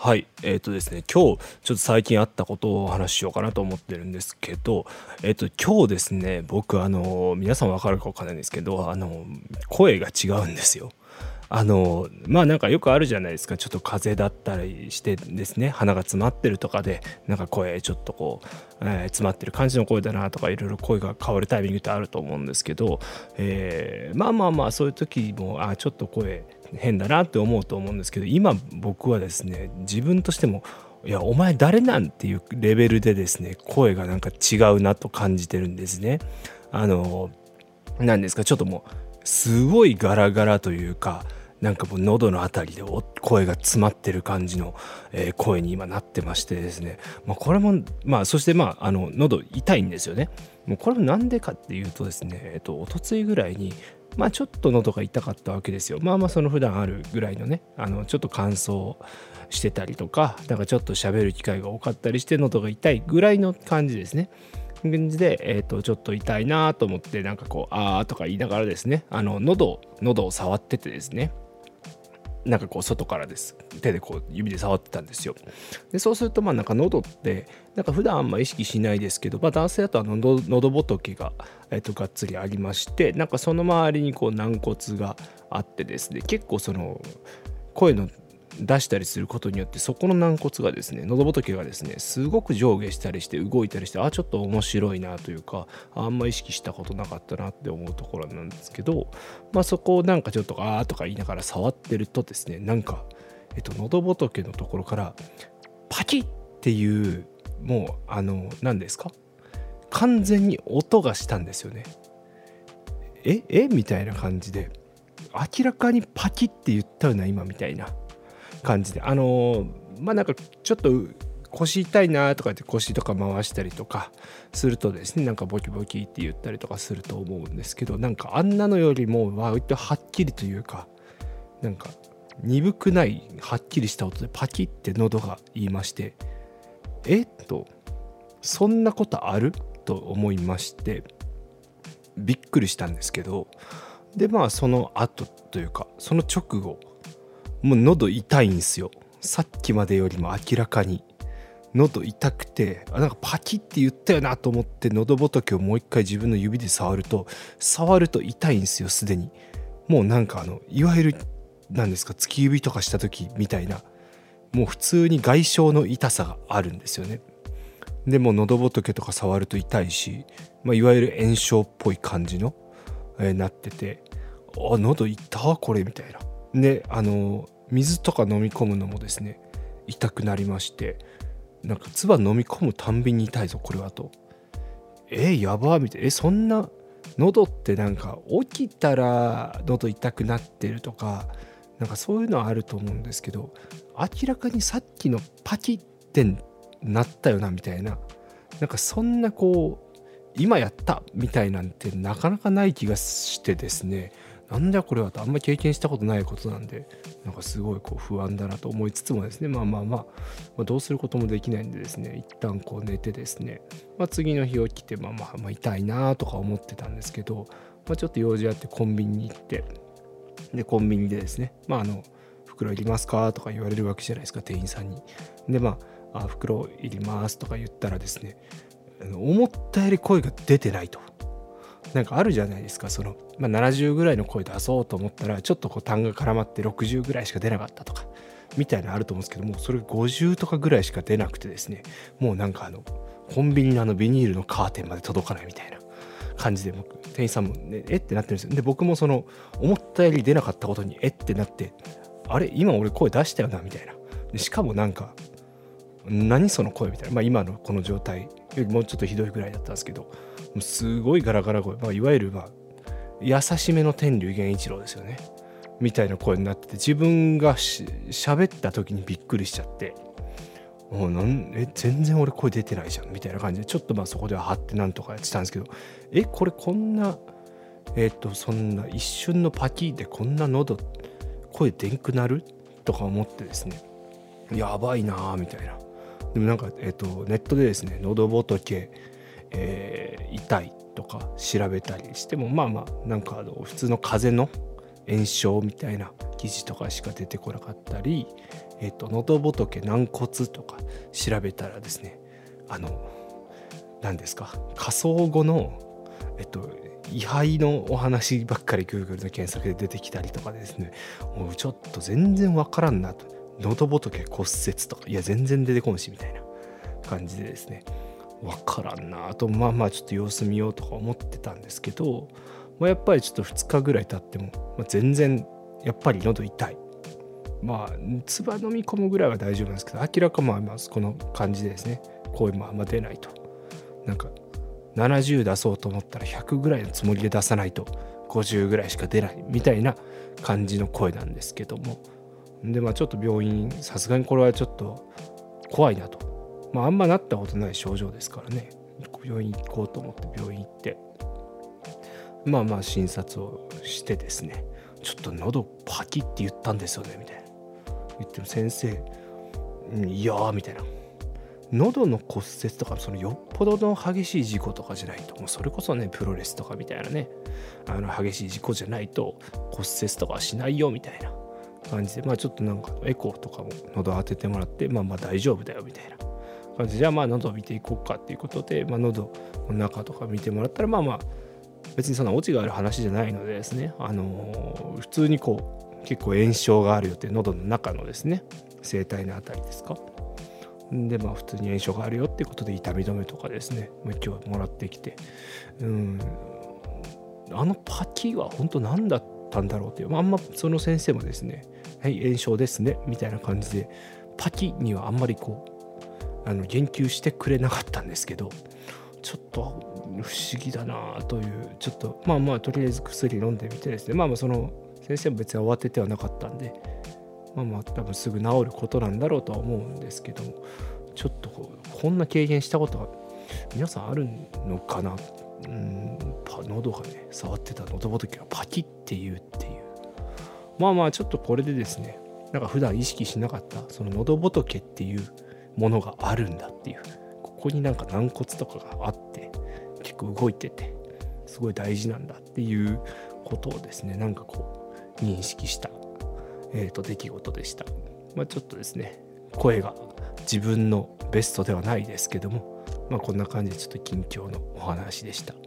はい、ですね、今日ちょっと最近あったことをお話ししようかなと思ってるんですけど、今日ですね、僕皆さんわかるかわかんないんですけど、声が違うんですよ。なんかよくあるじゃないですか。ちょっと風邪だったりしてですね、鼻が詰まってるとかで、なんか声ちょっとこう、詰まってる感じの声だなとか、いろいろ声が変わるタイミングってあると思うんですけど、そういう時もちょっと声変だなって思うと思うんですけど、今僕はですね、自分としてもいやお前誰なんっていうレベルでですね、声がなんか違うなと感じてるんですね。なんですか、ちょっともうすごいガラガラというか、なんかもう喉のあたりで声が詰まってる感じの、声に今なってましてですね、これもそして喉痛いんですよね。もうこれもなんでかっていうとですね、一昨日ぐらいにちょっと喉が痛かったわけですよ。その普段あるぐらいのね、ちょっと乾燥してたりとか、なんかちょっと喋る機会が多かったりして喉が痛いぐらいの感じですね。感じで、ちょっと痛いなと思って、なんかこうあーとか言いながらですね、喉を触っててですね、なんかこう外からです手でこう指で触ってたんですよ。でそうするとなんか喉ってなんか普段あんま意識しないですけど、男性だと喉仏が、がっつりありまして、なんかその周りにこう軟骨があってですね、結構その声の出したりすることによって、そこの軟骨がですね、喉仏がですね、すごく上下したりして動いたりして、ちょっと面白いなというか、あんま意識したことなかったなって思うところなんですけど、そこをなんかちょっととか言いながら触ってるとですね、なんか喉仏のところからパキッっていう、もう何ですか、完全に音がしたんですよね。みたいな感じで、明らかにパキッって言ったよな今みたいな感じで、なんかちょっと腰痛いなとかって腰とか回したりとかするとですね、なんかボキボキって言ったりとかすると思うんですけど、なんかあんなのよりも割とはっきりというか、なんか鈍くないはっきりした音でパキって喉が言いまして、そんなことあると思いまして、びっくりしたんですけど、でその後というかその直後、もう喉痛いんですよ。さっきまでよりも明らかに喉痛くて、なんかパキって言ったよなと思って喉仏をもう一回自分の指で触ると痛いんですよ。すでにもうなんかいわゆるなんですか、突き指とかした時みたいな、もう普通に外傷の痛さがあるんですよね。でも喉仏とか触ると痛いし、いわゆる炎症っぽい感じの、なってて、喉痛わこれみたいな。で水とか飲み込むのもですね、痛くなりまして、なんか唾飲み込むたんびに痛いぞこれはと、やばみたいな、そんな喉ってなんか起きたら喉痛くなってるとか、なんかそういうのはあると思うんですけど、明らかにさっきのパキってなったよなみたいな、なんかそんなこう今やったみたいなんてなかなかない気がしてですね、なんだこれはと、あんまり経験したことないことなんで、なんかすごいこう不安だなと思いつつもですね、どうすることもできないんでですね、一旦こう寝てですね、次の日起きて痛いなとか思ってたんですけど、ちょっと用事あってコンビニに行って、でコンビニでですね、袋いりますかとか言われるわけじゃないですか、店員さんに。で袋いりますとか言ったらですね、思ったより声が出てないと。なんかあるじゃないですか、その、70ぐらいの声出そうと思ったらちょっとこう単が絡まって60ぐらいしか出なかったとかみたいなのあると思うんですけども、それ50とかぐらいしか出なくてですね、もうなんかコンビニのビニールのカーテンまで届かないみたいな感じで、僕店員さんもねってなってるんですよ。で僕もその思ったより出なかったことにってなって、あれ今俺声出したよなみたいな。でしかもなんか何その声みたいな、今のこの状態よりもうちょっとひどいぐらいだったんですけど、すごいガラガラ声、いわゆる優しめの天竜源一郎ですよねみたいな声になってて、自分が喋った時にびっくりしちゃって、全然俺声出てないじゃんみたいな感じで、ちょっとそこでは張ってなんとかやってたんですけど、これこんなそんな一瞬のパキーでこんな喉声でんくなるとか思ってですね、やばいなーみたいな。でもなんかネットでですね、喉仏、痛いとか調べたりしてもなんか普通の風邪の炎症みたいな記事とかしか出てこなかったり、 喉仏軟骨とか調べたらですね、何ですか、火葬後の位牌のお話ばっかり Google の検索で出てきたりとかですね、もうちょっと全然わからんなと、喉仏骨折とかいや全然出てこんしみたいな感じでですね、わからんなと、まあちょっと様子見ようとか思ってたんですけど、やっぱりちょっと2日ぐらい経っても、全然やっぱり喉痛い。唾飲み込むぐらいは大丈夫なんですけど、明らかこの感じでですね、声もあんま出ないと、なんか70出そうと思ったら100ぐらいのつもりで出さないと50ぐらいしか出ないみたいな感じの声なんですけども、でちょっと病院、さすがにこれはちょっと怖いなと、あんまなったことない症状ですからね、病院行こうと思って病院行って、診察をしてですね、ちょっと喉パキって言ったんですよねみたいな言っても、先生いやーみたいな、喉の骨折とかそのよっぽどの激しい事故とかじゃないと、もうそれこそねプロレスとかみたいなね、激しい事故じゃないと骨折とかはしないよみたいな感じで、ちょっとなんかエコーとかも喉当ててもらって、大丈夫だよみたいな感じで、じゃあ喉を見ていこうかっていうことで、喉の中とか見てもらったら別にそんなオチがある話じゃないのでですね、普通に結構炎症があるよって、喉の中のですね声帯のあたりですかで、普通に炎症があるよっていうことで痛み止めとかですね、今日はもらってきて、パキは本当何だったんだろうっていう、その先生もですね、はい炎症ですねみたいな感じでパキにはあんまり言及してくれなかったんですけど、ちょっと不思議だなという、ちょっととりあえず薬飲んでみてですね、その先生も別に慌ててはなかったんで、多分すぐ治ることなんだろうとは思うんですけども、ちょっとこんな経験したことが皆さんあるのかな。喉がね触ってた喉仏がパキっていうっていう、ちょっとこれでですね、なんか普段意識しなかったその喉仏っていうものがあるんだっていう、ここになんか軟骨とかがあって結構動いててすごい大事なんだっていうことをですね、なんか認識した出来事でした。ちょっとですね声が自分のベストではないですけども、こんな感じでちょっと近況のお話でした。